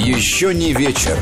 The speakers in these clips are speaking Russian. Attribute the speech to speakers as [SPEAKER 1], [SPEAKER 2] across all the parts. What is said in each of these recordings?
[SPEAKER 1] Еще не вечер.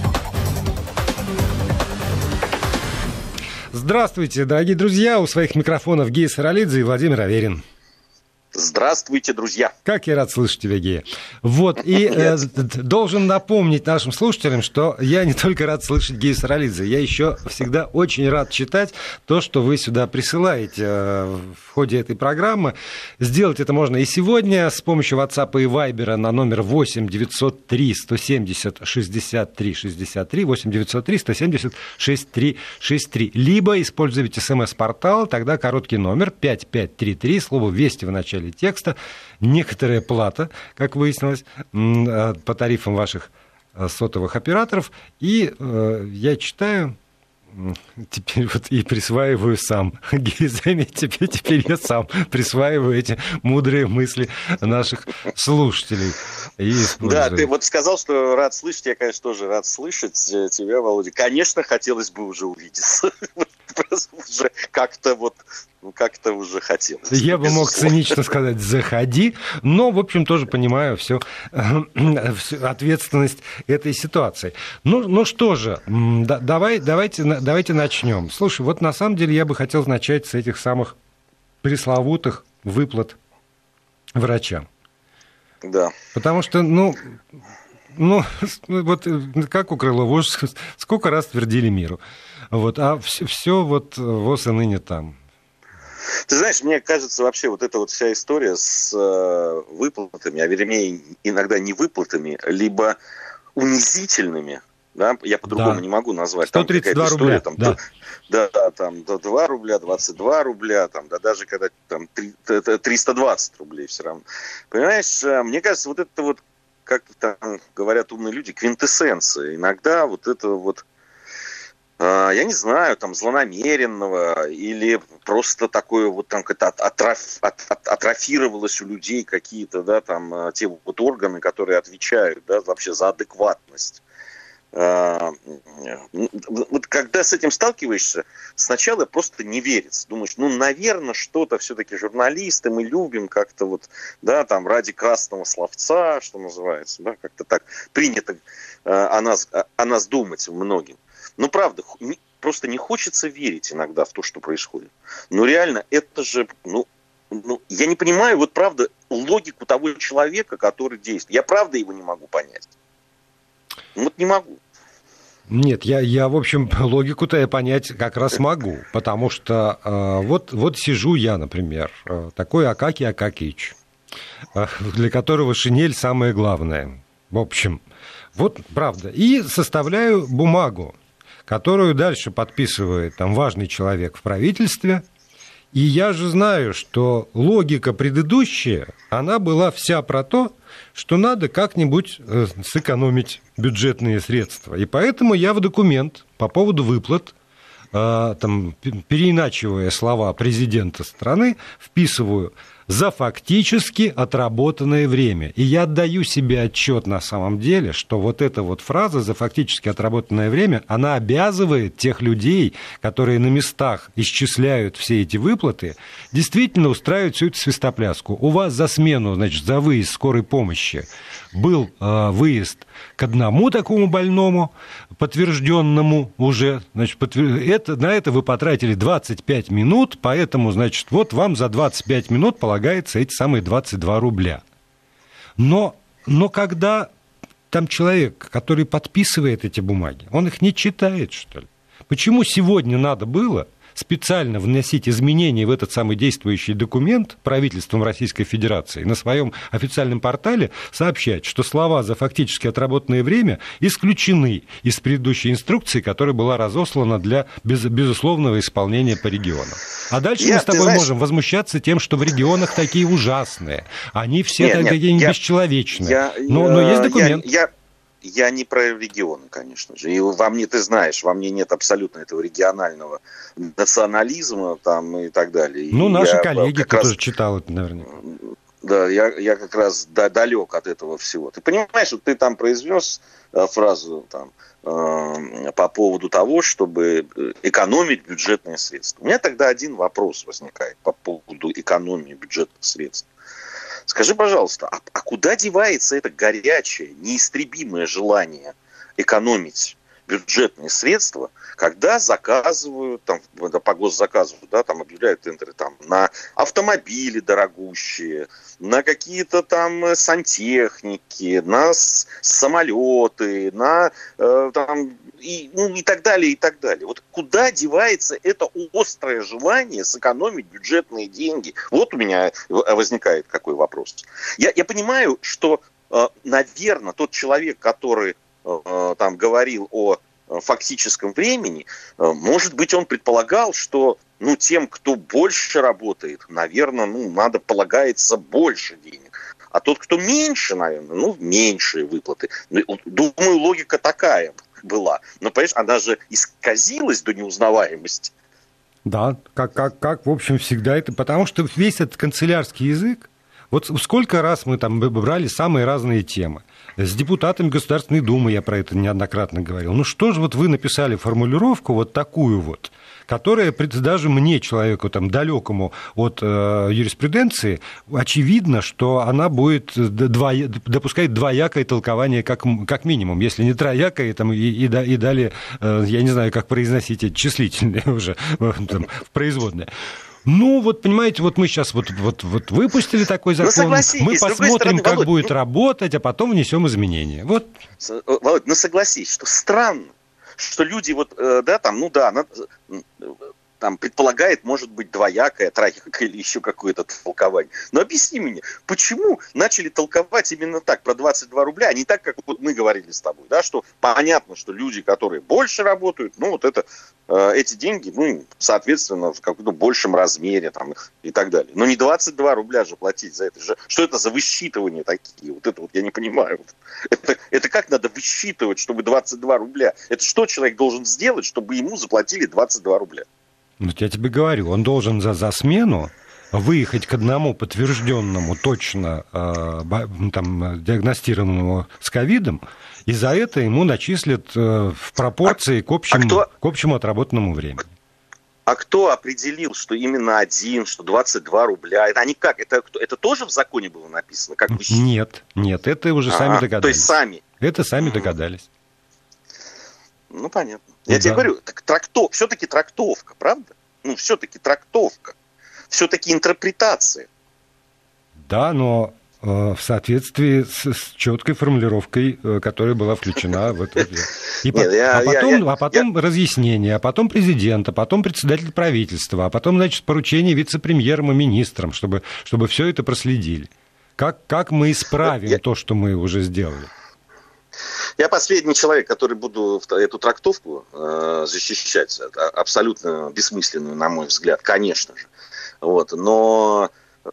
[SPEAKER 2] Здравствуйте, дорогие друзья. У своих микрофонов Гея Саралидзе и Владимир Аверин.
[SPEAKER 3] Здравствуйте, друзья.
[SPEAKER 2] Как я рад слышать тебя, Гея. Вот, и должен напомнить нашим слушателям, что я не только рад слышать Гею Саралидзе, я еще всегда очень рад читать то, что вы сюда присылаете в ходе этой программы. Сделать это можно и сегодня с помощью WhatsApp и Viber на номер 8 903 170 63 63, 8 903 170 63 63. Либо используйте смс-портал, тогда короткий номер 5533, слово «Вести» в начале текста, некоторая плата, как выяснилось, по тарифам ваших сотовых операторов, и я читаю, теперь вот и присваиваю сам. Заметьте, теперь я сам присваиваю эти мудрые мысли наших слушателей.
[SPEAKER 3] Да, ты вот сказал, что рад слышать, я, конечно, тоже рад слышать тебя, Володя. Конечно, хотелось бы уже увидеться. Уже как-то уже хотелось.
[SPEAKER 2] Я бы мог цинично сказать «заходи», но, в общем, тоже понимаю всю ответственность этой ситуации. Ну что же, давайте начнем. Слушай, вот на самом деле я бы хотел начать с этих самых пресловутых выплат врачам. Да. Потому что, вот как у Крылова, сколько раз твердили миру. Вот, а все вот ВОЗ и ныне там.
[SPEAKER 3] Ты знаешь, мне кажется, вообще вот эта вот вся история с выплатами, а вернее, иногда не выплатами, либо унизительными, да, я по-другому не могу назвать.
[SPEAKER 2] 132 рубля,
[SPEAKER 3] там, там 2 рубля, 22 рубля, там, да даже когда там 320 рублей все равно. Понимаешь, мне кажется, вот это вот, как там говорят умные люди, квинтэссенция. Иногда вот это вот, я не знаю, там, злонамеренного или просто такое вот там атрофировалось у людей какие-то, да, там, те вот органы, которые отвечают, да, вообще за адекватность. Вот когда с этим сталкиваешься, сначала просто не верится. Думаешь, наверное, что-то все-таки журналисты мы любим как-то вот, да, там, ради красного словца, что называется, да, как-то так принято о нас думать многим. Но правда, просто не хочется верить иногда в то, что происходит. Но реально, это же, я не понимаю, вот правда, логику того человека, который действует. Я правда его не могу понять. Вот не могу.
[SPEAKER 2] Нет, я в общем, логику-то я понять как раз могу, потому что вот сижу я, например, такой Акакий Акакиевич, для которого шинель самое главное, в общем, вот правда, и составляю бумагу, которую дальше подписывает там важный человек в правительстве, и я же знаю, что логика предыдущая, она была вся про то, что надо как-нибудь сэкономить бюджетные средства. И поэтому я в документ по поводу выплат, там, переиначивая слова президента страны, вписываю «за фактически отработанное время». И я отдаю себе отчет на самом деле, что вот эта вот фраза «за фактически отработанное время», она обязывает тех людей, которые на местах исчисляют все эти выплаты, действительно устраивать всю эту свистопляску. У вас за смену, значит, за выезд скорой помощи был выезд к одному такому больному, подтвержденному уже, значит, на это вы потратили 25 минут, поэтому, значит, вот вам за 25 минут полагается эти самые 22 рубля. Но когда там человек, который подписывает эти бумаги, он их не читает, что ли? Почему сегодня надо было специально вносить изменения в этот самый действующий документ правительством Российской Федерации, на своем официальном портале сообщать, что слова «за фактически отработанное время» исключены из предыдущей инструкции, которая была разослана для безусловного исполнения по регионам. А дальше мы с тобой можем возмущаться тем, что в регионах такие ужасные, они все такие бесчеловечные. Но есть документ.
[SPEAKER 3] Я не про регионы, конечно же. И во мне, ты знаешь, во мне нет абсолютно этого регионального национализма там, и так далее.
[SPEAKER 2] Наши коллеги, кто тоже читал это, наверное.
[SPEAKER 3] Да, я как раз далек от этого всего. Ты понимаешь, вот ты там произнес фразу там, по поводу того, чтобы экономить бюджетные средства. У меня тогда один вопрос возникает по поводу экономии бюджетных средств. Скажи, пожалуйста, а куда девается это горячее, неистребимое желание экономить бюджетные средства, когда заказывают, там, по госзаказу, да, там объявляют тендеры там, на автомобили дорогущие, на какие-то там сантехники, на самолеты, на там, и так далее, и так далее. Вот куда девается это острое желание сэкономить бюджетные деньги? Вот у меня возникает какой вопрос. Я понимаю, что, наверное, тот человек, который там говорил о фактическом времени, может быть, он предполагал, что тем, кто больше работает, наверное, надо полагается больше денег. А тот, кто меньше, наверное, меньшие выплаты. Думаю, логика такая была. Но, понимаешь, она же исказилась до неузнаваемости.
[SPEAKER 2] Да, как в общем, всегда это. Потому что весь этот канцелярский язык, вот сколько раз мы там брали самые разные темы. С депутатами Государственной Думы я про это неоднократно говорил. Ну что же вот вы написали формулировку вот такую вот, которая даже мне, человеку там далекому от юриспруденции, очевидно, что она будет допускать двоякое толкование как минимум, если не троякое, там, и далее, я не знаю, как произносить эти числительные уже там, в производные. Вот, понимаете, вот мы сейчас вот выпустили такой закон, мы посмотрим, как Володь, будет работать, а потом внесем изменения. Вот.
[SPEAKER 3] Володь, согласись, что странно, что люди там предполагает, может быть, двоякое, троякое или еще какое-то толкование. Но объясни мне, почему начали толковать именно так, про 22 рубля, а не так, как вот мы говорили с тобой, да, что понятно, что люди, которые больше работают, эти деньги, соответственно, в каком-то большем размере там, и так далее. Но не 22 рубля же платить за это. Что это за высчитывания такие? Вот это вот я не понимаю. Это как надо высчитывать, чтобы 22 рубля? Это что человек должен сделать, чтобы ему заплатили 22 рубля?
[SPEAKER 2] Я тебе говорю, он должен за смену выехать к одному подтвержденному, точно диагностированному с ковидом, и за это ему начислят в пропорции к общему отработанному времени.
[SPEAKER 3] А кто определил, что именно что 22 рубля? Они как? Это тоже в законе было написано? Как
[SPEAKER 2] Нет, это уже сами догадались.
[SPEAKER 3] То есть сами?
[SPEAKER 2] Это сами догадались.
[SPEAKER 3] Понятно. Я тебе говорю, все-таки трактовка, правда? Все-таки трактовка. Все-таки интерпретация.
[SPEAKER 2] Да, но в соответствии с четкой формулировкой, которая была включена в это дело. А потом разъяснение, а потом президент, а потом председатель правительства, а потом, значит, поручение вице-премьерам и министрам, чтобы все это проследили. Как мы исправим то, что мы уже сделали?
[SPEAKER 3] Я последний человек, который буду эту трактовку защищать, абсолютно бессмысленную, на мой взгляд, конечно же. Но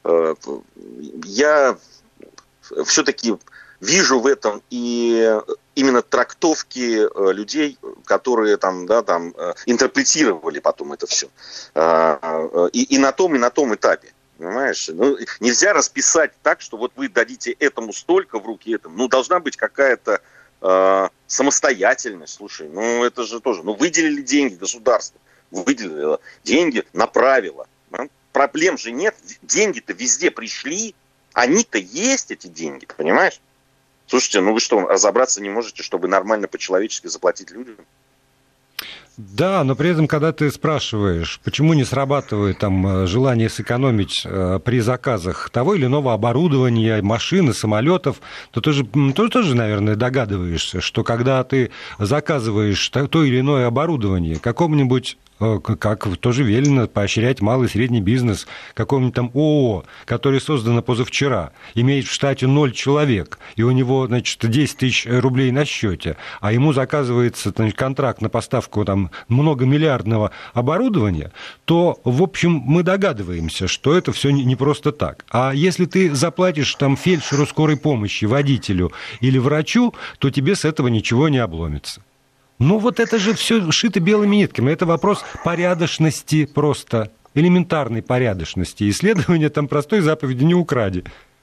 [SPEAKER 3] я все-таки вижу в этом и именно трактовки людей, которые интерпретировали потом это все. И на том этапе. Понимаешь? Нельзя расписать так, что вот вы дадите этому столько в руки этому. Должна быть какая-то самостоятельность. Слушай, это же тоже. Выделили деньги государство. Выделило деньги, направило. Проблем же нет. Деньги-то везде пришли. Они-то есть, эти деньги. Понимаешь? Слушайте, вы что, разобраться не можете, чтобы нормально по-человечески заплатить людям?
[SPEAKER 2] Да, но при этом, когда ты спрашиваешь, почему не срабатывает желание сэкономить при заказах того или иного оборудования, машин, самолетов, то ты же тоже, наверное, догадываешься, что когда ты заказываешь то или иное оборудование какому-нибудь, как тоже велено поощрять малый и средний бизнес, какому-нибудь ООО, которое создано позавчера, имеет в штате 0 человек, и у него, 10 тысяч рублей на счете, а ему заказывается контракт на поставку многомиллиардного оборудования, то, в общем, мы догадываемся, что это все не просто так. А если ты заплатишь фельдшеру скорой помощи, водителю или врачу, то тебе с этого ничего не обломится. Это же все шито белыми нитками. Это вопрос порядочности просто, элементарной порядочности. Исследование простой заповеди «не укради».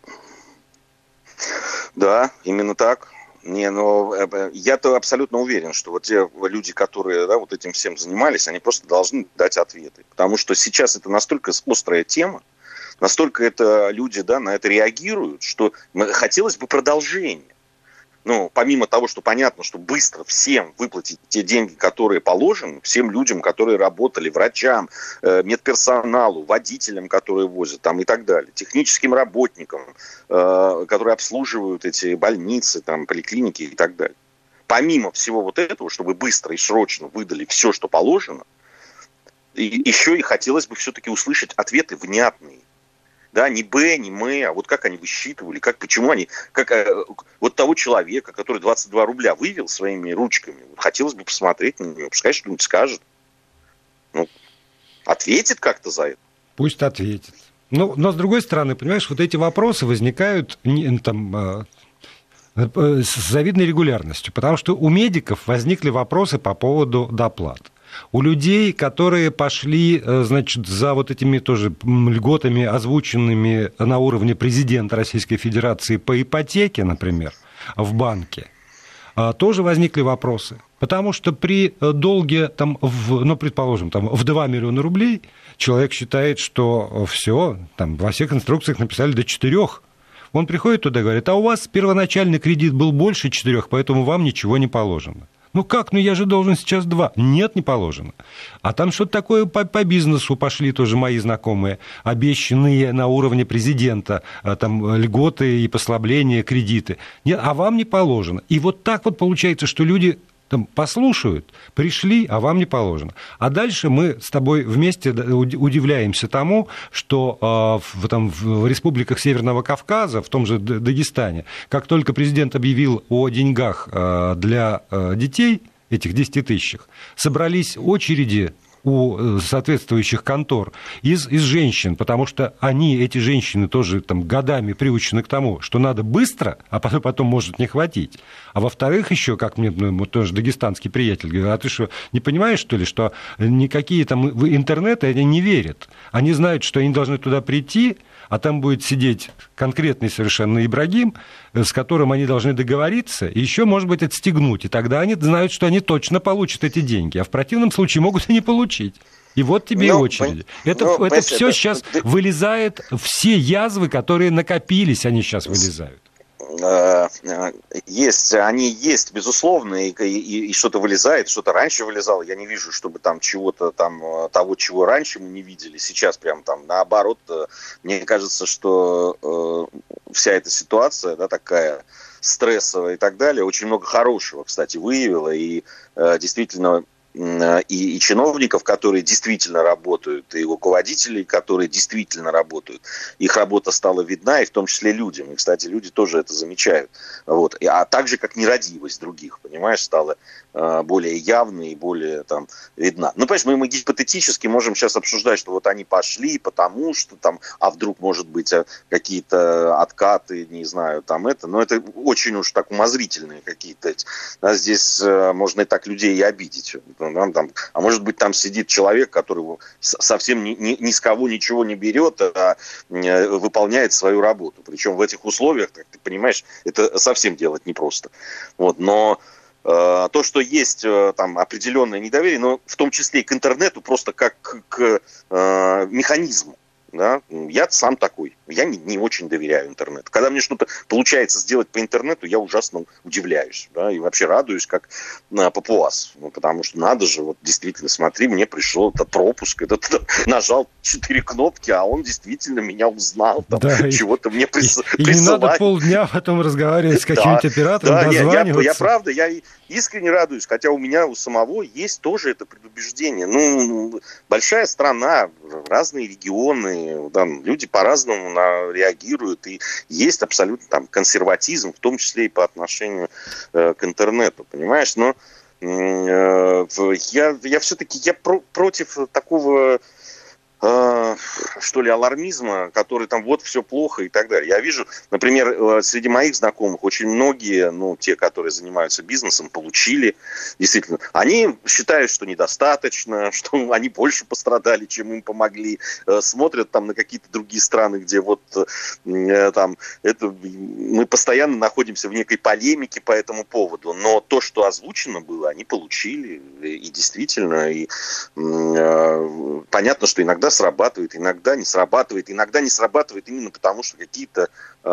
[SPEAKER 3] Да, именно так. Я-то абсолютно уверен, что те люди, которые этим всем занимались, они просто должны дать ответы. Потому что сейчас это настолько острая тема, настолько это люди, да, на это реагируют, что хотелось бы продолжения. Ну, помимо того, что понятно, что быстро всем выплатить те деньги, которые положены, всем людям, которые работали, врачам, медперсоналу, водителям, которые возят там, и так далее, техническим работникам, которые обслуживают эти больницы, там, поликлиники и так далее. Помимо всего вот этого, чтобы быстро и срочно выдали все, что положено, еще и хотелось бы все-таки услышать ответы внятные. Да, не Б, не М, а вот как они высчитывали, почему они, вот того человека, который 22 рубля вывел своими ручками, хотелось бы посмотреть на него, пускай что-нибудь скажет. Ну, ответит как-то за это.
[SPEAKER 2] Пусть ответит. Ну, но с другой стороны, понимаешь, вот эти вопросы возникают с завидной регулярностью, потому что у медиков возникли вопросы по поводу доплат. У людей, которые пошли, значит, за вот этими тоже льготами, озвученными на уровне президента Российской Федерации по ипотеке, например, в банке, тоже возникли вопросы. Потому что при долге, предположим, в 2 миллиона рублей человек считает, что все, во всех инструкциях написали до 4. Он приходит туда и говорит, а у вас первоначальный кредит был больше 4, поэтому вам ничего не положено. Ну как, я же должен сейчас 2. Нет, не положено. А там что-то такое по бизнесу пошли тоже мои знакомые, обещанные на уровне президента, там льготы и послабления, кредиты. Нет, а вам не положено. И вот так вот получается, что люди послушают, пришли, а вам не положено. А дальше мы с тобой вместе удивляемся тому, что в республиках Северного Кавказа, в том же Дагестане, как только президент объявил о деньгах для детей, этих 10 тысячах, собрались очереди у соответствующих контор из женщин, потому что эти женщины тоже годами приучены к тому, что надо быстро, а потом может не хватить. А во-вторых, еще, как мне тоже дагестанский приятель говорит, а ты что, не понимаешь, что ли, что никакие интернеты они не верят. Они знают, что они должны туда прийти, а там будет сидеть конкретный совершенно Ибрагим, с которым они должны договориться, и еще, может быть, отстегнуть. И тогда они знают, что они точно получат эти деньги, а в противном случае могут и не получить. И вот тебе и очереди. Это все сейчас вылезает, все язвы, которые накопились, они сейчас вылезают.
[SPEAKER 3] Они есть, безусловно, и что-то вылезает, что-то раньше вылезало. Я не вижу, чтобы чего-то того, чего раньше мы не видели. Сейчас прям наоборот, мне кажется, что вся эта ситуация, да, такая стрессовая и так далее, очень много хорошего, кстати, выявила. И действительно, и чиновников, которые действительно работают, и руководителей, которые действительно работают. Их работа стала видна, и в том числе людям. И, кстати, люди тоже это замечают. Вот. А также, как нерадивость других, понимаешь, стала более явной и более видна. Ну, понимаешь, мы гипотетически можем сейчас обсуждать, что вот они пошли, потому что а вдруг, может быть, какие-то откаты, не знаю, это. Но это очень уж так умозрительные какие-то. Да, здесь можно и так людей и обидеть. А может быть, там сидит человек, который совсем ни с кого ничего не берет, а выполняет свою работу. Причем в этих условиях, как ты понимаешь, это совсем делать непросто. Вот. Но то, что есть определенное недоверие, но в том числе и к интернету, просто как к механизму. Да? Я сам такой. Я не очень доверяю интернету. Когда мне что-то получается сделать по интернету, я ужасно удивляюсь. Да? И вообще радуюсь, как папуас. Потому что надо же, вот действительно, смотри, мне пришел этот пропуск, нажал 4 кнопки, а он действительно меня узнал. Да, чего-то мне присылает.
[SPEAKER 2] И не надо полдня потом разговаривать с каким-нибудь оператором, дозваниваться.
[SPEAKER 3] Я правда, я искренне радуюсь, хотя у меня у самого есть тоже это предубеждение. Большая страна, разные регионы, люди по-разному реагируют, и есть абсолютно консерватизм, в том числе и по отношению к интернету, понимаешь? Но я все-таки против такого что ли, алармизма, который вот все плохо и так далее. Я вижу, например, среди моих знакомых очень многие, те, которые занимаются бизнесом, получили, действительно, они считают, что недостаточно, что они больше пострадали, чем им помогли, смотрят на какие-то другие страны, где мы постоянно находимся в некой полемике по этому поводу, но то, что озвучено было, они получили, и действительно, и понятно, что иногда иногда срабатывает, иногда не срабатывает. Иногда не срабатывает именно потому, что какие-то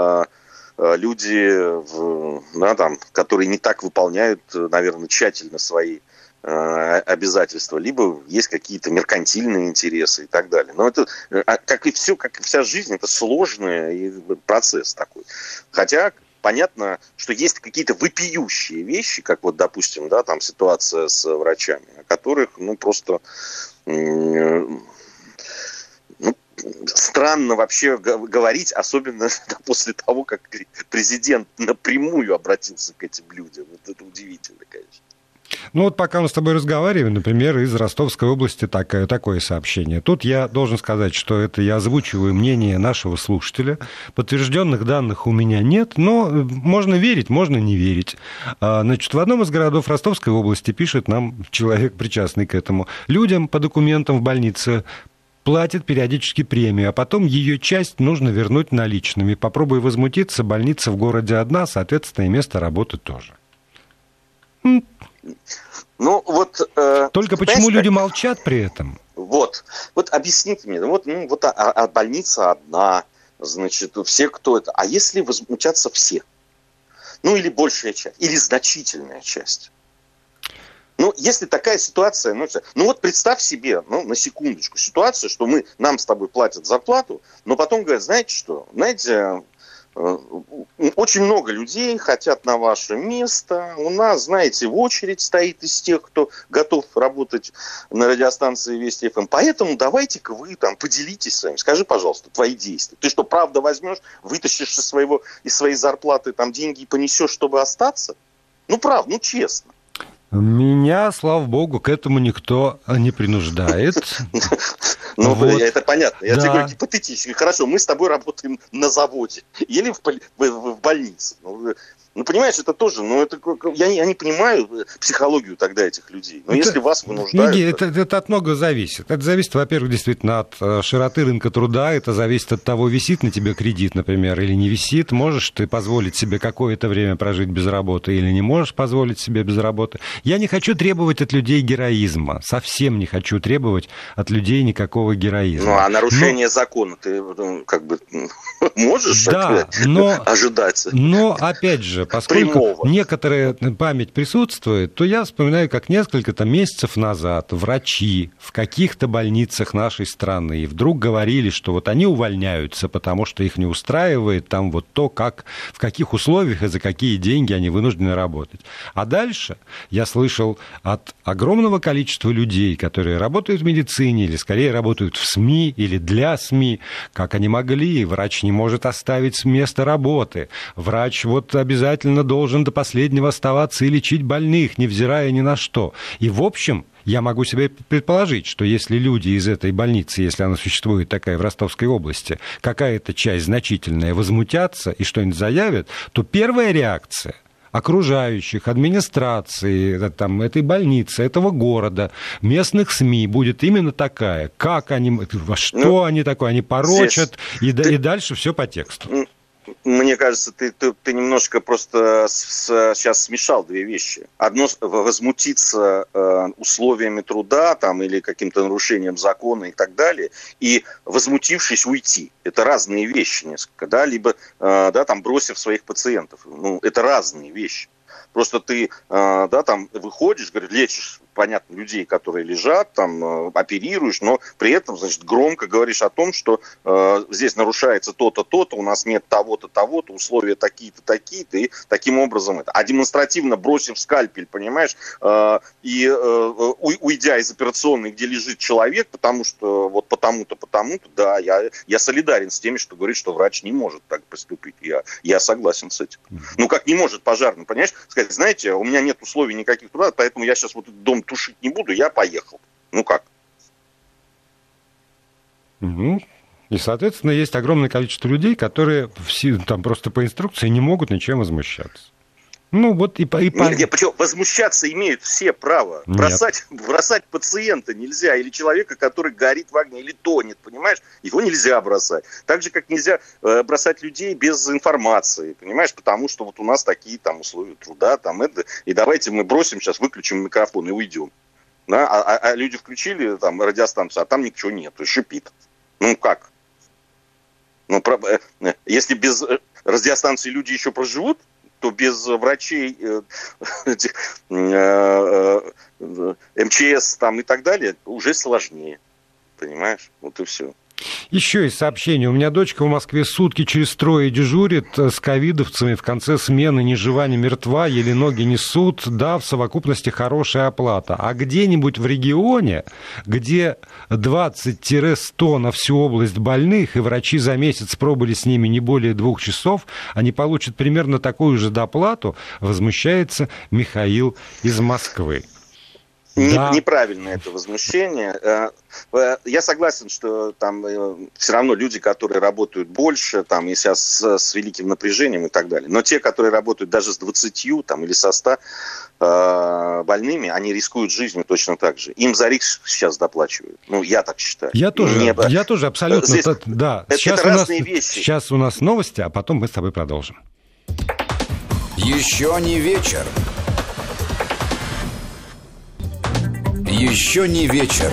[SPEAKER 3] люди, да, там, которые не так выполняют, наверное, тщательно свои обязательства, либо есть какие-то меркантильные интересы и так далее. Но это, как и все, как и вся жизнь, это сложный процесс такой. Хотя понятно, что есть какие-то вопиющие вещи, как вот, допустим, да, там ситуация с врачами, о которых, ну, просто странно вообще говорить, особенно после того, как президент напрямую обратился к этим людям. Вот это удивительно, конечно.
[SPEAKER 2] Ну вот пока мы с тобой разговариваем, например, из Ростовской области такое сообщение. Тут я должен сказать, что это я озвучиваю мнение нашего слушателя. Подтвержденных данных у меня нет, но можно верить, можно не верить. Значит, в одном из городов Ростовской области, пишет нам человек, причастный к этому, людям по документам в больнице платят периодически премию, а потом ее часть нужно вернуть наличными. Попробуй возмутиться, больница в городе одна, соответственно, и место работы тоже.
[SPEAKER 3] Ну, вот,
[SPEAKER 2] только почему люди молчат при этом?
[SPEAKER 3] Вот объясните мне, больница одна, значит, все кто это. А если возмутятся все? Ну, или большая часть, или значительная часть? Ну, если такая ситуация, ну вот представь себе, на секундочку, ситуацию, что нам с тобой платят зарплату, но потом говорят, знаете, очень много людей хотят на ваше место. У нас, знаете, в очередь стоит из тех, кто готов работать на радиостанции Вести ФМ. Поэтому давайте-ка вы там поделитесь с вами. Скажи, пожалуйста, твои действия. Ты что, правда возьмешь, вытащишь из своей зарплаты там деньги и понесешь, чтобы остаться? Ну, правда, честно.
[SPEAKER 2] Меня, слава богу, к этому никто не принуждает.
[SPEAKER 3] Ну, вот. Это понятно. Я тебе говорю, гипотетически. Хорошо, мы с тобой работаем на заводе или в больнице. Ну, понимаешь, это тоже, я не понимаю психологию тогда этих людей. Но если вас вынуждают...
[SPEAKER 2] Это от многого зависит. Это зависит, во-первых, действительно от широты рынка труда, это зависит от того, висит на тебе кредит, например, или не висит. Можешь ты позволить себе какое-то время прожить без работы или не можешь позволить себе без работы. Я не хочу требовать от людей героизма. Совсем не хочу требовать от людей никакого героизма.
[SPEAKER 3] Ну, а нарушение закона ты как бы можешь ожидать?
[SPEAKER 2] Но, опять же, поскольку некоторая память присутствует, то я вспоминаю, как несколько месяцев назад врачи в каких-то больницах нашей страны вдруг говорили, что вот они увольняются, потому что их не устраивает там вот то, в каких условиях и за какие деньги они вынуждены работать. А дальше я слышал от огромного количества людей, которые работают в медицине или скорее работают в СМИ или для СМИ, как они могли, врач не может оставить место работы, врач вот обязательно должен до последнего оставаться и лечить больных, невзирая ни на что. И, в общем, я могу себе предположить, что если люди из этой больницы, если она существует такая в Ростовской области, какая-то часть значительная возмутятся и что-нибудь заявят, то первая реакция окружающих, администрации, этой больницы, этого города, местных СМИ будет именно такая. Как они, во что они такое, они порочат, и дальше все по тексту.
[SPEAKER 3] Мне кажется, ты немножко просто сейчас смешал две вещи. Одно — возмутиться условиями труда там, или каким-то нарушением закона и так далее, и, возмутившись, уйти. Это разные вещи несколько, да, либо бросив своих пациентов. Это разные вещи. Просто ты выходишь, лечишь, понятно, людей, которые лежат, оперируешь, но при этом, громко говоришь о том, что здесь нарушается то-то, то-то, у нас нет того-то, того-то, условия такие-то, такие-то, и таким образом это. А демонстративно бросив скальпель, понимаешь, и уйдя из операционной, где лежит человек, потому что вот потому-то, да, я солидарен с теми, что говорит, что врач не может так поступить. Я согласен с этим. Как не может пожарный, понимаешь, сказать, знаете, у меня нет условий никаких труда, поэтому я сейчас вот этот дом тушить не буду, я поехал. Как?
[SPEAKER 2] И, соответственно, есть огромное количество людей, которые просто по инструкции не могут ничем возмущаться.
[SPEAKER 3] Причем возмущаться имеют все право. Бросать пациента нельзя. Или человека, который горит в огне, или тонет, понимаешь? Его нельзя бросать. Так же, как нельзя бросать людей без информации, понимаешь? Потому что вот у нас такие условия труда, и давайте мы бросим сейчас, выключим микрофон и уйдем. Да? А люди включили там радиостанцию, а там ничего нет, и шипит. Ну как? Если без радиостанции люди еще проживут, то без врачей, МЧС там и так далее уже сложнее. Понимаешь? Вот и все.
[SPEAKER 2] Еще есть сообщение. У меня дочка в Москве сутки через трое дежурит с ковидовцами. В конце смены ни жива, ни мертва, еле ноги несут. Да, в совокупности хорошая оплата. А где-нибудь в регионе, где 20-100 на всю область больных, и врачи за месяц пробыли с ними не более 2 часов, они получат примерно такую же доплату, возмущается Михаил из Москвы. Да.
[SPEAKER 3] Неправильное это возмущение. Я согласен, что там все равно люди, которые работают больше, там, и сейчас с великим напряжением и так далее. Но те, которые работают даже с 20 там, или со 100 больными, они рискуют жизнью точно так же. Им за риск сейчас доплачивают. Ну, я так считаю.
[SPEAKER 2] Я тоже абсолютно.
[SPEAKER 3] Здесь,
[SPEAKER 2] да.
[SPEAKER 3] Это разные вещи.
[SPEAKER 2] Сейчас у нас новости, а потом мы с тобой продолжим.
[SPEAKER 1] Еще не вечер. Еще не вечер.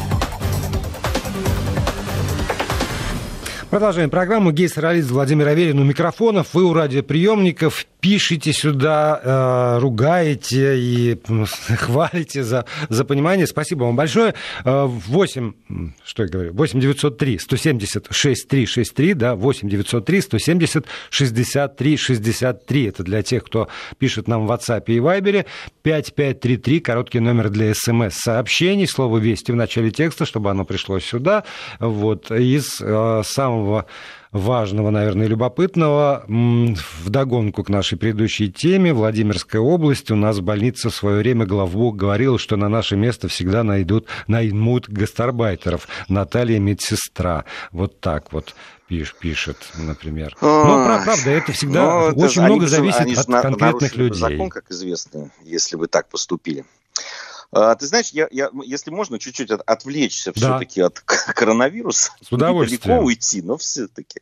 [SPEAKER 2] Продолжаем программу. Гей Саралидзе, Владимир Аверин у микрофонов. Вы у радиоприемников. Пишите сюда, ругаете и хвалите за понимание. Спасибо вам большое. 8 903 170 6363, да, 8 903 170 63 63. Это для тех, кто пишет нам в WhatsApp и Viber. 5533, короткий номер для СМС-сообщений. Слово «Вести» в начале текста, чтобы оно пришло сюда. Вот, из самого важного, наверное, и любопытного, вдогонку к нашей предыдущей теме, Владимирская область, у нас в больнице в свое время главбух говорил, что на наше место всегда наймут гастарбайтеров. Наталья медсестра. Вот так вот пишет, например. Но, правда, это всегда очень много зависит от конкретных людей.
[SPEAKER 3] Закон, как известно, если вы так поступили. Ты знаешь, я, если можно, чуть-чуть отвлечься все-таки от коронавируса.
[SPEAKER 2] С удовольствием.
[SPEAKER 3] Далеко уйти, но все-таки.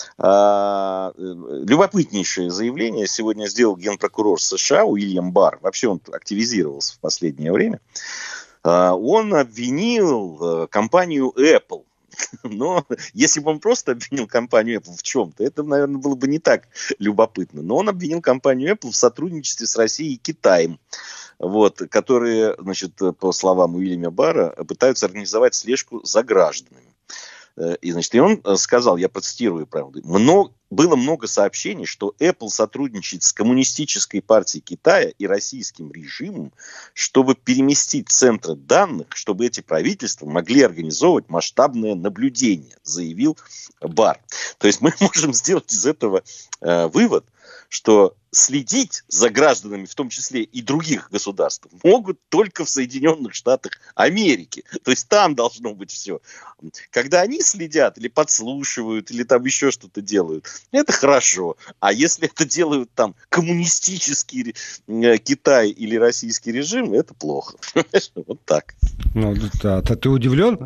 [SPEAKER 3] Любопытнейшее заявление сегодня сделал генпрокурор США Уильям Барр. Вообще он активизировался в последнее время. Он обвинил компанию Apple. Но если бы он просто обвинил компанию Apple в чем-то, это, наверное, было бы не так любопытно. Но он обвинил компанию Apple в сотрудничестве с Россией и Китаем. Вот, которые, значит, по словам Уильяма Барра, пытаются организовать слежку за гражданами. И, значит, и он сказал, я процитирую, правда, было много сообщений, что Apple сотрудничает с Коммунистической партией Китая и российским режимом, чтобы переместить центры данных, чтобы эти правительства могли организовывать масштабное наблюдение, заявил Барр. То есть мы можем сделать из этого вывод, что следить за гражданами, в том числе и других государств, могут только в Соединенных Штатах Америки. То есть там должно быть все. Когда они следят или подслушивают, или там еще что-то делают, это хорошо. А если это делают там коммунистический Китай или российский режим, это плохо. Вот так.
[SPEAKER 2] Ну, да, ты удивлен?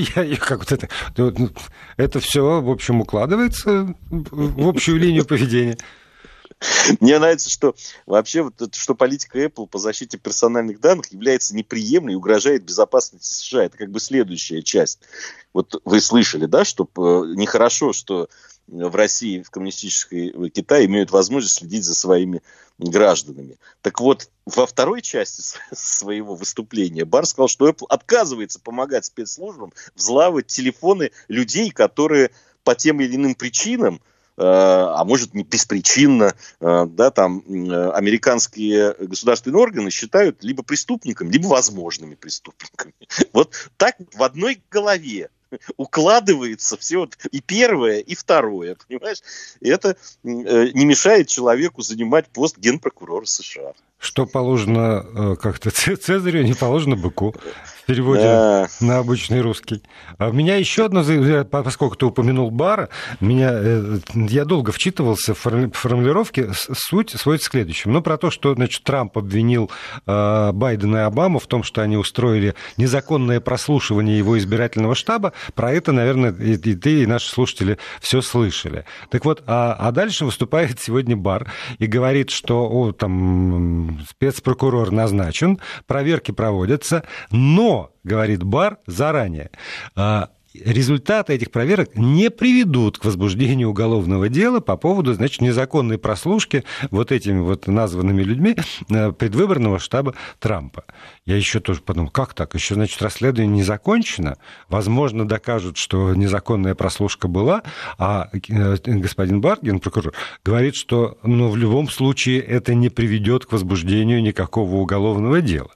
[SPEAKER 2] Это все, в общем, укладывается в общую линию поведения.
[SPEAKER 3] Мне нравится, что вообще что политика Apple по защите персональных данных является неприемлемой и угрожает безопасности США. Это как бы следующая часть. Вот вы слышали, да, что нехорошо, что в России, в коммунистической Китае имеют возможность следить за своими гражданами. Так вот, во второй части своего выступления Барр сказал, что Apple отказывается помогать спецслужбам взламывать телефоны людей, которые по тем или иным причинам, а может не беспричинно, да, там американские государственные органы считают либо преступниками, либо возможными преступниками. Вот так в одной голове укладывается все вот и первое, и второе, понимаешь? И это не мешает человеку занимать пост генпрокурора США.
[SPEAKER 2] Что положено как-то Цезарю, не положено быку. В переводе на обычный русский. А у меня еще одно заявление, поскольку ты упомянул Барра, я долго вчитывался в формулировки. Суть сводится к следующему. Ну, про то, что, значит, Трамп обвинил Байдена и Обаму в том, что они устроили незаконное прослушивание его избирательного штаба. Про это, наверное, и ты, и наши слушатели все слышали. Так вот, а дальше выступает сегодня Барр и говорит, что там спецпрокурор назначен, проверки проводятся, но, говорит Барр заранее, результаты этих проверок не приведут к возбуждению уголовного дела по поводу, значит, незаконной прослушки вот этими вот названными людьми предвыборного штаба Трампа. Я еще тоже подумал, как так? Еще, значит, расследование не закончено. Возможно, докажут, что незаконная прослушка была, а господин Барр, генпрокурор, говорит, что в любом случае это не приведет к возбуждению никакого уголовного дела.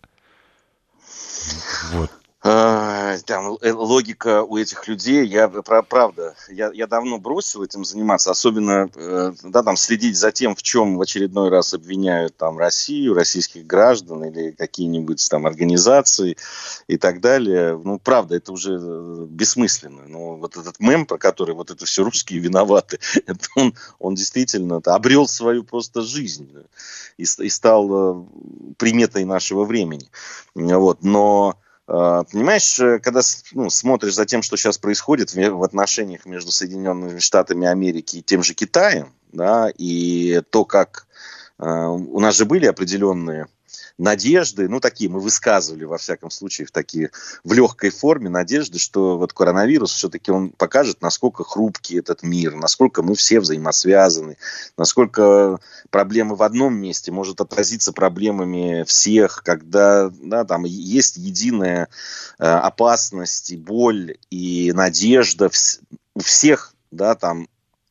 [SPEAKER 2] Вот.
[SPEAKER 3] Там логика у этих людей, правда, я давно бросил этим заниматься, особенно там следить за тем, в чем в очередной раз обвиняют там Россию, российских граждан или какие-нибудь там организации и так далее. Правда, это уже бессмысленно. Но вот этот мем, про который вот это все русские виноваты, это он действительно обрел свою просто жизнь и стал приметой нашего времени. Вот. Но понимаешь, когда смотришь за тем, что сейчас происходит в отношениях между Соединенными Штатами Америки и тем же Китаем, да, и то, как у нас же были определенные надежды, такие мы высказывали, во всяком случае, в легкой форме надежды, что вот коронавирус все-таки он покажет, насколько хрупкий этот мир, насколько мы все взаимосвязаны, насколько проблемы в одном месте может отразиться проблемами всех, когда там есть единая опасность и боль, и надежда у всех, там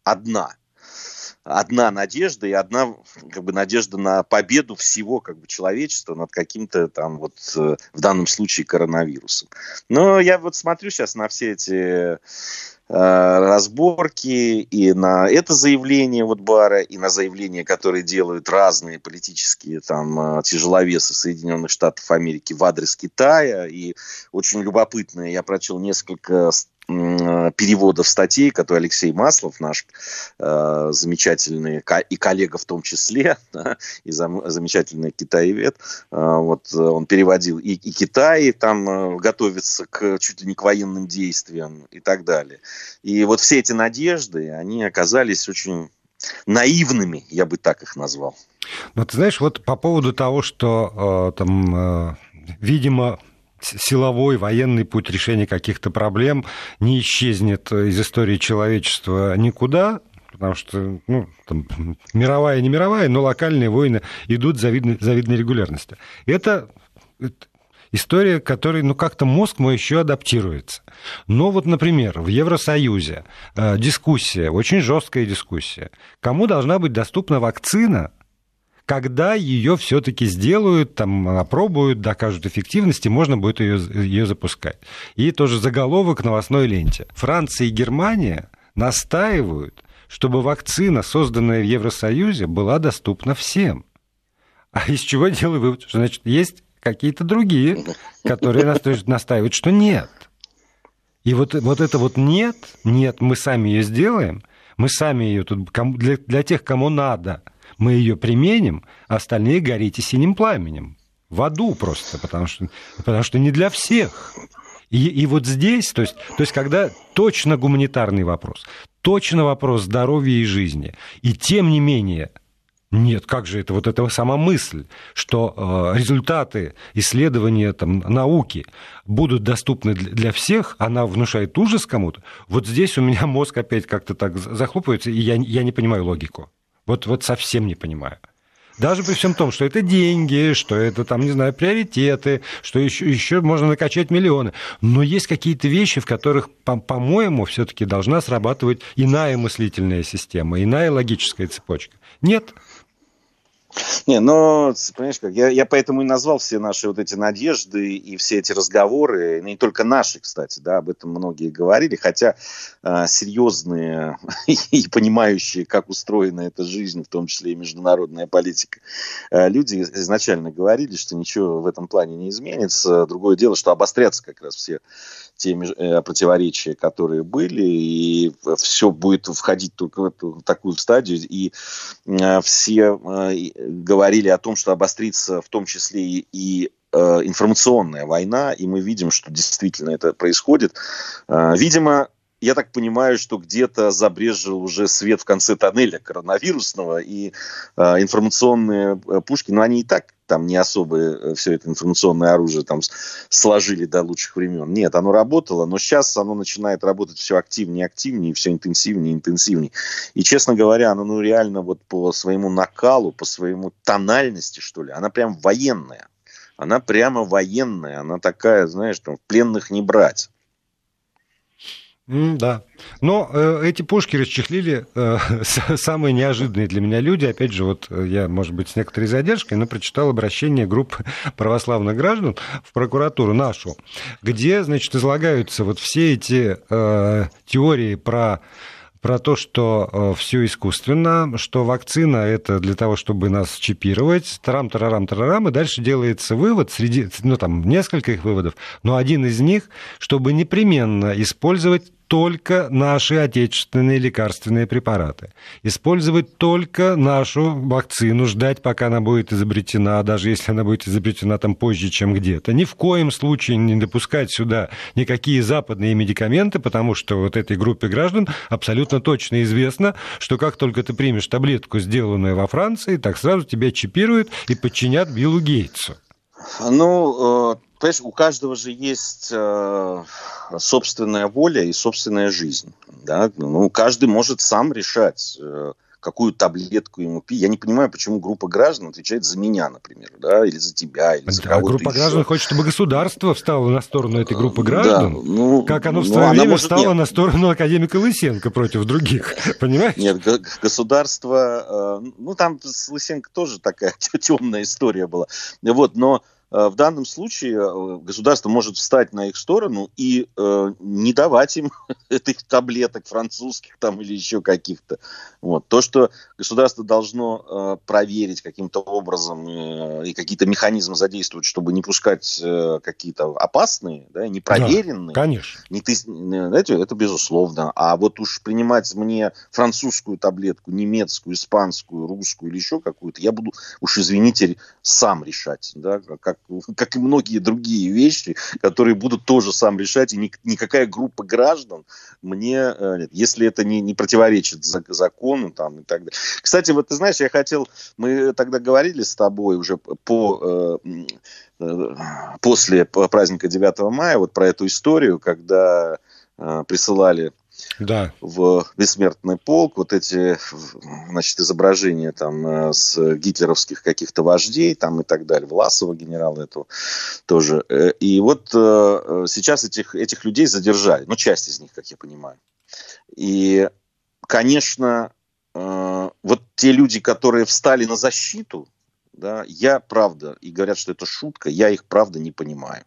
[SPEAKER 3] одна надежда и одна надежда на победу всего человечества над каким-то там в данном случае коронавирусом. Но я смотрю сейчас на все эти разборки и на это заявление Барра, и на заявления, которые делают разные политические там тяжеловесы Соединенных Штатов Америки в адрес Китая. И очень любопытно, я прочел несколько переводов статей, которые Алексей Маслов, наш замечательный и коллега в том числе, и замечательный китаевед, он переводил, и Китай там готовится чуть ли не к военным действиям и так далее. И вот все эти надежды, они оказались очень наивными, я бы так их назвал.
[SPEAKER 2] Ты знаешь, по поводу того, что видимо, силовой, военный путь решения каких-то проблем не исчезнет из истории человечества никуда, потому что, мировая, не мировая, но локальные войны идут с завидной регулярностью. Это история, которой, как-то мозг мой еще адаптируется. Но например, в Евросоюзе дискуссия, очень жесткая дискуссия. Кому должна быть доступна вакцина, когда ее все-таки сделают, опробуют, докажут эффективность, и можно будет ее запускать. И тоже заголовок в новостной ленте. Франция и Германия настаивают, чтобы вакцина, созданная в Евросоюзе, была доступна всем. А из чего делаю вывод? Что, значит, есть какие-то другие, которые настаивают, что нет. И вот это нет, мы сами ее сделаем, мы сами ее тут, для тех, кому надо, мы ее применим, а остальные горите синим пламенем. В аду просто, потому что не для всех. И вот здесь, то есть когда точно гуманитарный вопрос, точно вопрос здоровья и жизни, и тем не менее, нет, как же это, эта сама мысль, что результаты исследования науки будут доступны для всех, она внушает ужас кому-то. Вот здесь у меня мозг опять как-то так захлопывается, и я не понимаю логику. Вот совсем не понимаю. Даже при всем том, что это деньги, что это, приоритеты, что еще можно накачать миллионы. Но есть какие-то вещи, в которых, по-моему, все-таки должна срабатывать иная мыслительная система, иная логическая цепочка. Нет.
[SPEAKER 3] Не, понимаешь как, я поэтому и назвал все наши эти надежды и все эти разговоры, не только наши, кстати, об этом многие говорили, хотя серьезные и понимающие, как устроена эта жизнь, в том числе и международная политика, люди изначально говорили, что ничего в этом плане не изменится. Другое дело, что обострятся как раз все те противоречия, которые были, и все будет входить только в такую стадию, и все говорили о том, что обострится в том числе и информационная война, и мы видим, что действительно это происходит. Видимо, я так понимаю, что где-то забрезжил уже свет в конце тоннеля коронавирусного, и информационные пушки, они и так там не особо все это информационное оружие там сложили до лучших времен. Нет, оно работало, но сейчас оно начинает работать все активнее и активнее, все интенсивнее и интенсивнее. И, честно говоря, оно реально вот по своему накалу, по своему тональности, что ли, она прям военная. Она прямо военная, она такая, знаешь, там, пленных не брать.
[SPEAKER 2] Да. Но эти пушки расчехлили самые неожиданные для меня люди. Опять же, вот я, может быть, с некоторой задержкой, но прочитал обращение группы православных граждан в прокуратуру нашу, где, значит, излагаются вот все эти теории про то, что все искусственно, что вакцина это для того, чтобы нас чипировать, тарам-тарарам-тарарам, и дальше делается вывод, там несколько их выводов, но один из них, чтобы непременно использовать только наши отечественные лекарственные препараты. Использовать только нашу вакцину, ждать, пока она будет изобретена, даже если она будет изобретена там позже, чем где-то. Ни в коем случае не допускать сюда никакие западные медикаменты, потому что вот этой группе граждан абсолютно точно известно, что как только ты примешь таблетку, сделанную во Франции, так сразу тебя чипируют и подчинят Биллу Гейтсу.
[SPEAKER 3] Ну, понимаешь, у каждого же есть собственная воля и собственная жизнь. Да? Ну, каждый может сам решать, какую таблетку ему пить. Я не понимаю, почему группа граждан отвечает за меня, например, да, или за тебя, или за кого-то
[SPEAKER 2] группа
[SPEAKER 3] еще.
[SPEAKER 2] Граждан хочет, чтобы государство встало на сторону этой группы граждан,
[SPEAKER 3] да, ну,
[SPEAKER 2] как оно в свое время встало на сторону академика Лысенко против других, понимаешь?
[SPEAKER 3] Нет, государство, ну, там с Лысенко тоже такая темная история была, вот, но в данном случае государство может встать на их сторону и не давать им этих таблеток французских там или еще каких-то. Вот. То, что государство должно проверить каким-то образом и какие-то механизмы задействовать, чтобы не пускать какие-то опасные, да, непроверенные.
[SPEAKER 2] Да, конечно.
[SPEAKER 3] Знаете, это безусловно. А вот уж принимать мне французскую таблетку, немецкую, испанскую, русскую или еще какую-то, я буду, уж извините, сам решать, да, как и многие другие вещи, которые будут тоже сам решать, и никакая группа граждан мне, если это не противоречит закону там, и так далее. Кстати, вот ты знаешь, мы тогда говорили с тобой уже после праздника 9 мая вот про эту историю, когда присылали в бессмертный полк вот эти, значит, изображения там с гитлеровских каких-то вождей там и так далее, Власова генерала этого тоже. И вот сейчас этих людей задержали, ну, часть из них, как я понимаю. И, конечно, вот те люди, которые встали на защиту, да, я, правда, и говорят, что это шутка, я их, правда, не понимаю.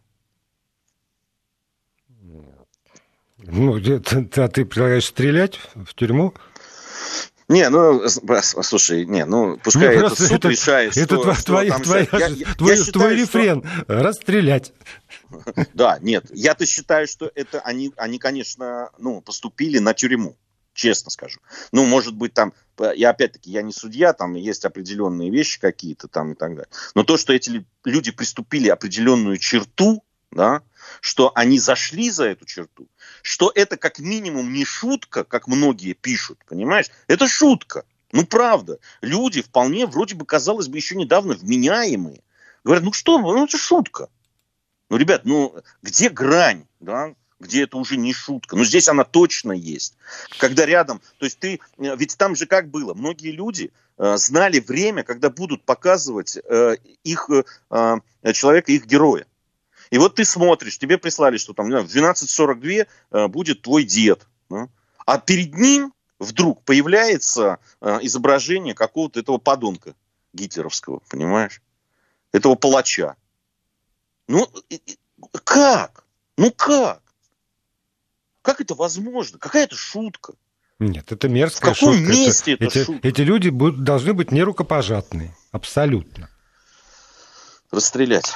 [SPEAKER 2] Ну, а ты предлагаешь стрелять в тюрьму?
[SPEAKER 3] Не, ну, слушай, пускай этот суд решает,
[SPEAKER 2] это твой рефрен, расстрелять.
[SPEAKER 3] Да, нет, я-то считаю, что это они, конечно, поступили на тюрьму, честно скажу. Ну, может быть, там, я опять-таки, я не судья, там есть определенные вещи какие-то там и так далее. Но то, что эти люди приступили определенную черту, да, что они зашли за эту черту, что это как минимум не шутка, как многие пишут, понимаешь? Это шутка. Ну, правда. Люди вполне, вроде бы, казалось бы, еще недавно вменяемые. Говорят, это шутка. Ну, ребят, где грань, да? Где это уже не шутка. Здесь она точно есть. Когда рядом, то есть ведь там же как было, многие люди знали время, когда будут показывать их человека, их героя. И вот ты смотришь, тебе прислали, что там в 12:42 будет твой дед. Да? А перед ним вдруг появляется изображение какого-то этого подонка гитлеровского, понимаешь? Этого палача. Как? Как? Как это возможно? Какая это шутка?
[SPEAKER 2] Нет, это мерзкая шутка.
[SPEAKER 3] В каком месте это шутка?
[SPEAKER 2] Эти люди должны быть нерукопожатные. Абсолютно.
[SPEAKER 3] Расстрелять.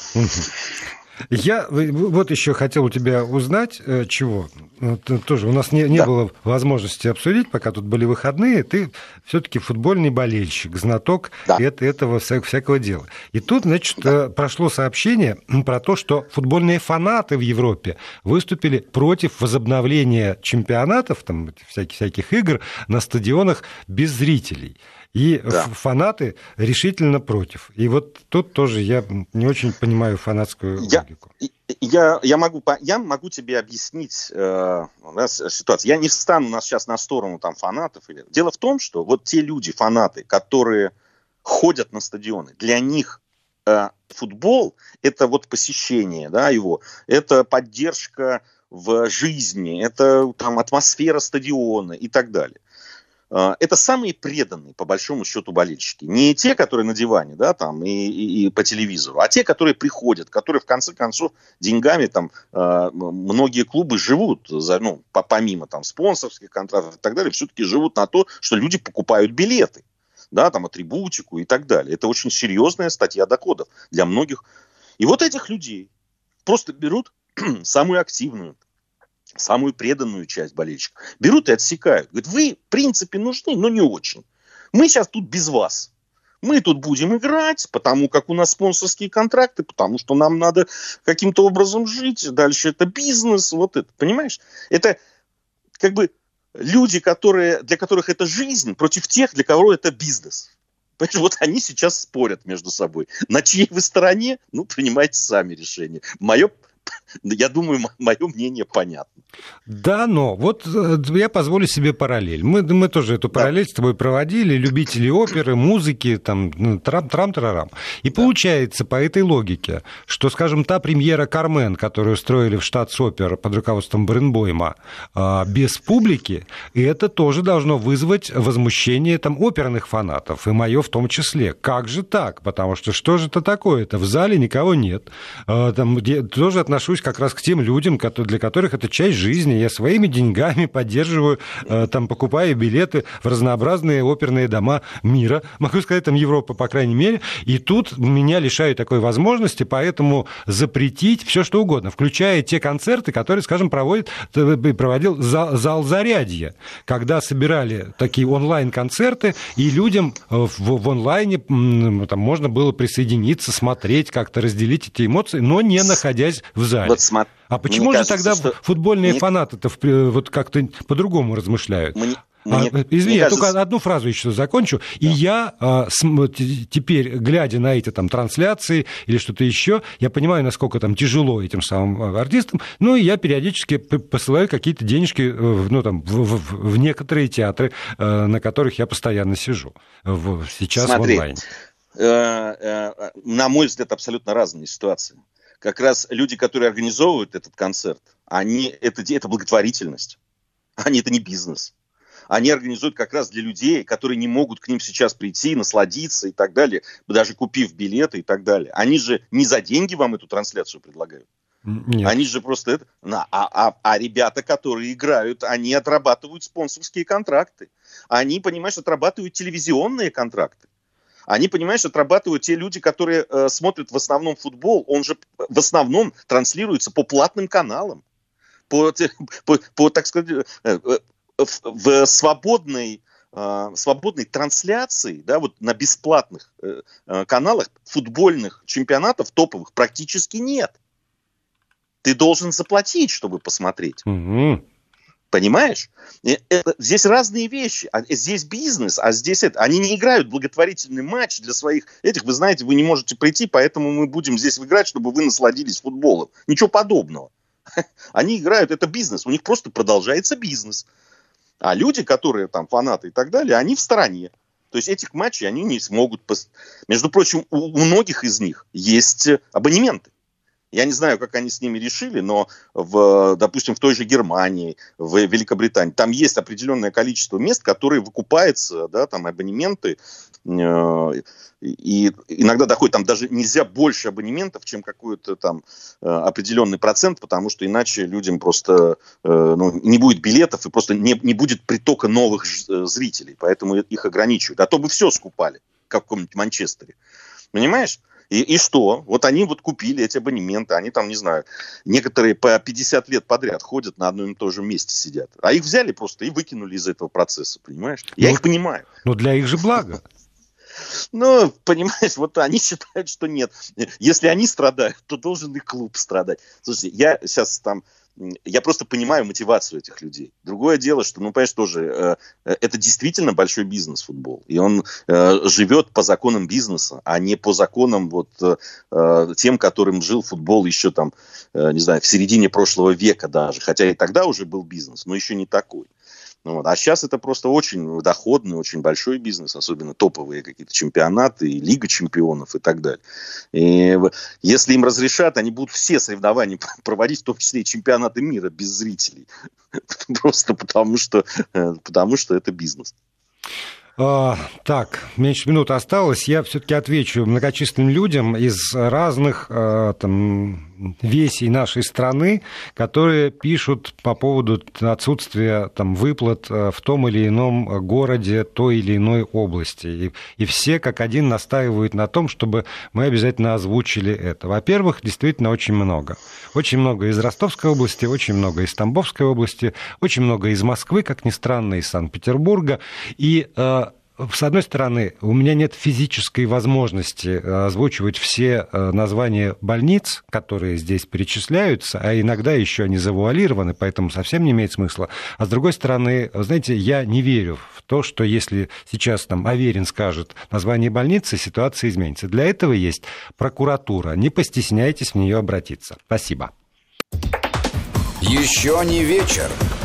[SPEAKER 2] Я вот еще хотел у тебя узнать, чего. Тоже у нас не было возможности обсудить, пока тут были выходные. Ты все-таки футбольный болельщик, знаток этого всякого дела. И тут, значит, прошло сообщение про то, что футбольные фанаты в Европе выступили против возобновления чемпионатов, там, всяких игр на стадионах без зрителей. И фанаты решительно против. И вот тут тоже я не очень понимаю фанатскую логику.
[SPEAKER 3] Я могу тебе объяснить ситуацию. Я не встану сейчас на сторону там, фанатов. Дело в том, что вот те люди, фанаты, которые ходят на стадионы, для них футбол – это вот посещение, да, его, это поддержка в жизни, это там, атмосфера стадиона и так далее. Это самые преданные, по большому счету, болельщики. Не те, которые на диване, да, там, и по телевизору, а те, которые приходят, которые, в конце концов, деньгами там, многие клубы живут, помимо там, спонсорских контрактов и так далее, все-таки живут на то, что люди покупают билеты, да, там, атрибутику и так далее. Это очень серьезная статья доходов для многих. И вот этих людей просто берут самую активную, самую преданную часть болельщиков, берут и отсекают. Говорят, вы, в принципе, нужны, но не очень. Мы сейчас тут без вас. Мы тут будем играть, потому как у нас спонсорские контракты, потому что нам надо каким-то образом жить. Дальше это бизнес, вот это, понимаешь? Это как бы люди, для которых это жизнь, против тех, для кого это бизнес. Понимаешь, вот они сейчас спорят между собой. На чьей вы стороне? Принимайте сами решение. Я думаю, мое мнение понятно.
[SPEAKER 2] Да, но вот я позволю себе параллель. Мы тоже эту параллель с тобой проводили, любители оперы, музыки, там, трам-трарам. И получается по этой логике, что, скажем, та премьера «Кармен», которую устроили в Штатс-опер под руководством Баренбойма, без публики, это тоже должно вызвать возмущение там, оперных фанатов, и мое в том числе. Как же так? Потому что же это такое-то? В зале никого нет. Там, тоже отношусь как раз к тем людям, для которых это часть жизни. Я своими деньгами поддерживаю, там, покупаю билеты в разнообразные оперные дома мира, могу сказать, там, Европы, по крайней мере, и тут меня лишают такой возможности, поэтому запретить все что угодно, включая те концерты, которые, скажем, проводил зал «Зарядье», когда собирали такие онлайн-концерты, и людям в онлайне там, можно было присоединиться, смотреть, как-то разделить эти эмоции, но не находясь в зале. Вот а почему же тогда футбольные фанаты-то вот как-то по-другому размышляют? Извини, я только одну фразу еще закончу. Да. И я теперь, глядя на эти там трансляции или что-то еще, я понимаю, насколько там тяжело этим самым артистам, и я периодически посылаю какие-то денежки в некоторые театры, на которых я постоянно сижу. Сейчас
[SPEAKER 3] Смотри,
[SPEAKER 2] в онлайне.
[SPEAKER 3] На мой взгляд, абсолютно разные ситуации. Как раз люди, которые организовывают этот концерт, это благотворительность. Это не бизнес. Они организуют как раз для людей, которые не могут к ним сейчас прийти, насладиться и так далее, даже купив билеты и так далее. Они же не за деньги вам эту трансляцию предлагают. Нет. Они же просто А ребята, которые играют, они отрабатывают спонсорские контракты. Они, понимаешь, отрабатывают телевизионные контракты. Они, понимаешь, отрабатывают те люди, которые смотрят в основном футбол. Он же в основном транслируется по платным каналам. Так сказать, в свободной трансляции, да, вот на бесплатных каналах футбольных чемпионатов топовых практически нет. Ты должен заплатить, чтобы посмотреть.
[SPEAKER 2] Угу.
[SPEAKER 3] Понимаешь? Здесь разные вещи. Здесь бизнес, а здесь это. Они не играют благотворительный матч для своих этих. Вы знаете, вы не можете прийти, поэтому мы будем здесь играть, чтобы вы насладились футболом. Ничего подобного. Они играют, это бизнес. У них просто продолжается бизнес. А люди, которые там фанаты и так далее, они в стороне. То есть этих матчей они не смогут... Между прочим, у многих из них есть абонементы. Я не знаю, как они с ними решили, но, допустим, в той же Германии, в Великобритании, там есть определенное количество мест, которые выкупаются, да, там абонементы, и иногда доходит, там даже нельзя больше абонементов, чем какой-то там определенный процент, потому что иначе людям просто не будет билетов и просто не будет притока новых зрителей, поэтому их ограничивают. А то бы все скупали, как в каком-нибудь Манчестере. Понимаешь? И что? Вот они вот купили эти абонементы, они там, не знаю, некоторые по 50 лет подряд ходят на одном и том же месте сидят. А их взяли просто и выкинули из этого процесса, понимаешь? Я их понимаю.
[SPEAKER 2] Но для их же блага.
[SPEAKER 3] Понимаешь, вот они считают, что нет. Если они страдают, то должен и клуб страдать. Слушайте, я сейчас там я просто понимаю мотивацию этих людей. Другое дело, что, понимаешь, тоже это действительно большой бизнес футбол. И он живет по законам бизнеса, а не по законам тем, которым жил футбол еще там, не знаю, в середине прошлого века даже. Хотя и тогда уже был бизнес, но еще не такой. А сейчас это просто очень доходный, очень большой бизнес, особенно топовые какие-то чемпионаты, и Лига чемпионов и так далее. И если им разрешат, они будут все соревнования проводить, в том числе и чемпионаты мира без зрителей. Просто потому что это бизнес.
[SPEAKER 2] Так, меньше минуты осталось. Я все-таки отвечу многочисленным людям из разных весей нашей страны, которые пишут по поводу отсутствия выплат в том или ином городе той или иной области. И все как один настаивают на том, чтобы мы обязательно озвучили это. Во-первых, действительно очень много. Очень много из Ростовской области, очень много из Тамбовской области, очень много из Москвы, как ни странно, из Санкт-Петербурга. И с одной стороны, у меня нет физической возможности озвучивать все названия больниц, которые здесь перечисляются, а иногда еще они завуалированы, поэтому совсем не имеет смысла. А с другой стороны, знаете, я не верю в то, что если сейчас Аверин скажет название больницы, ситуация изменится. Для этого есть прокуратура. Не постесняйтесь в нее обратиться. Спасибо.
[SPEAKER 1] Еще не вечер.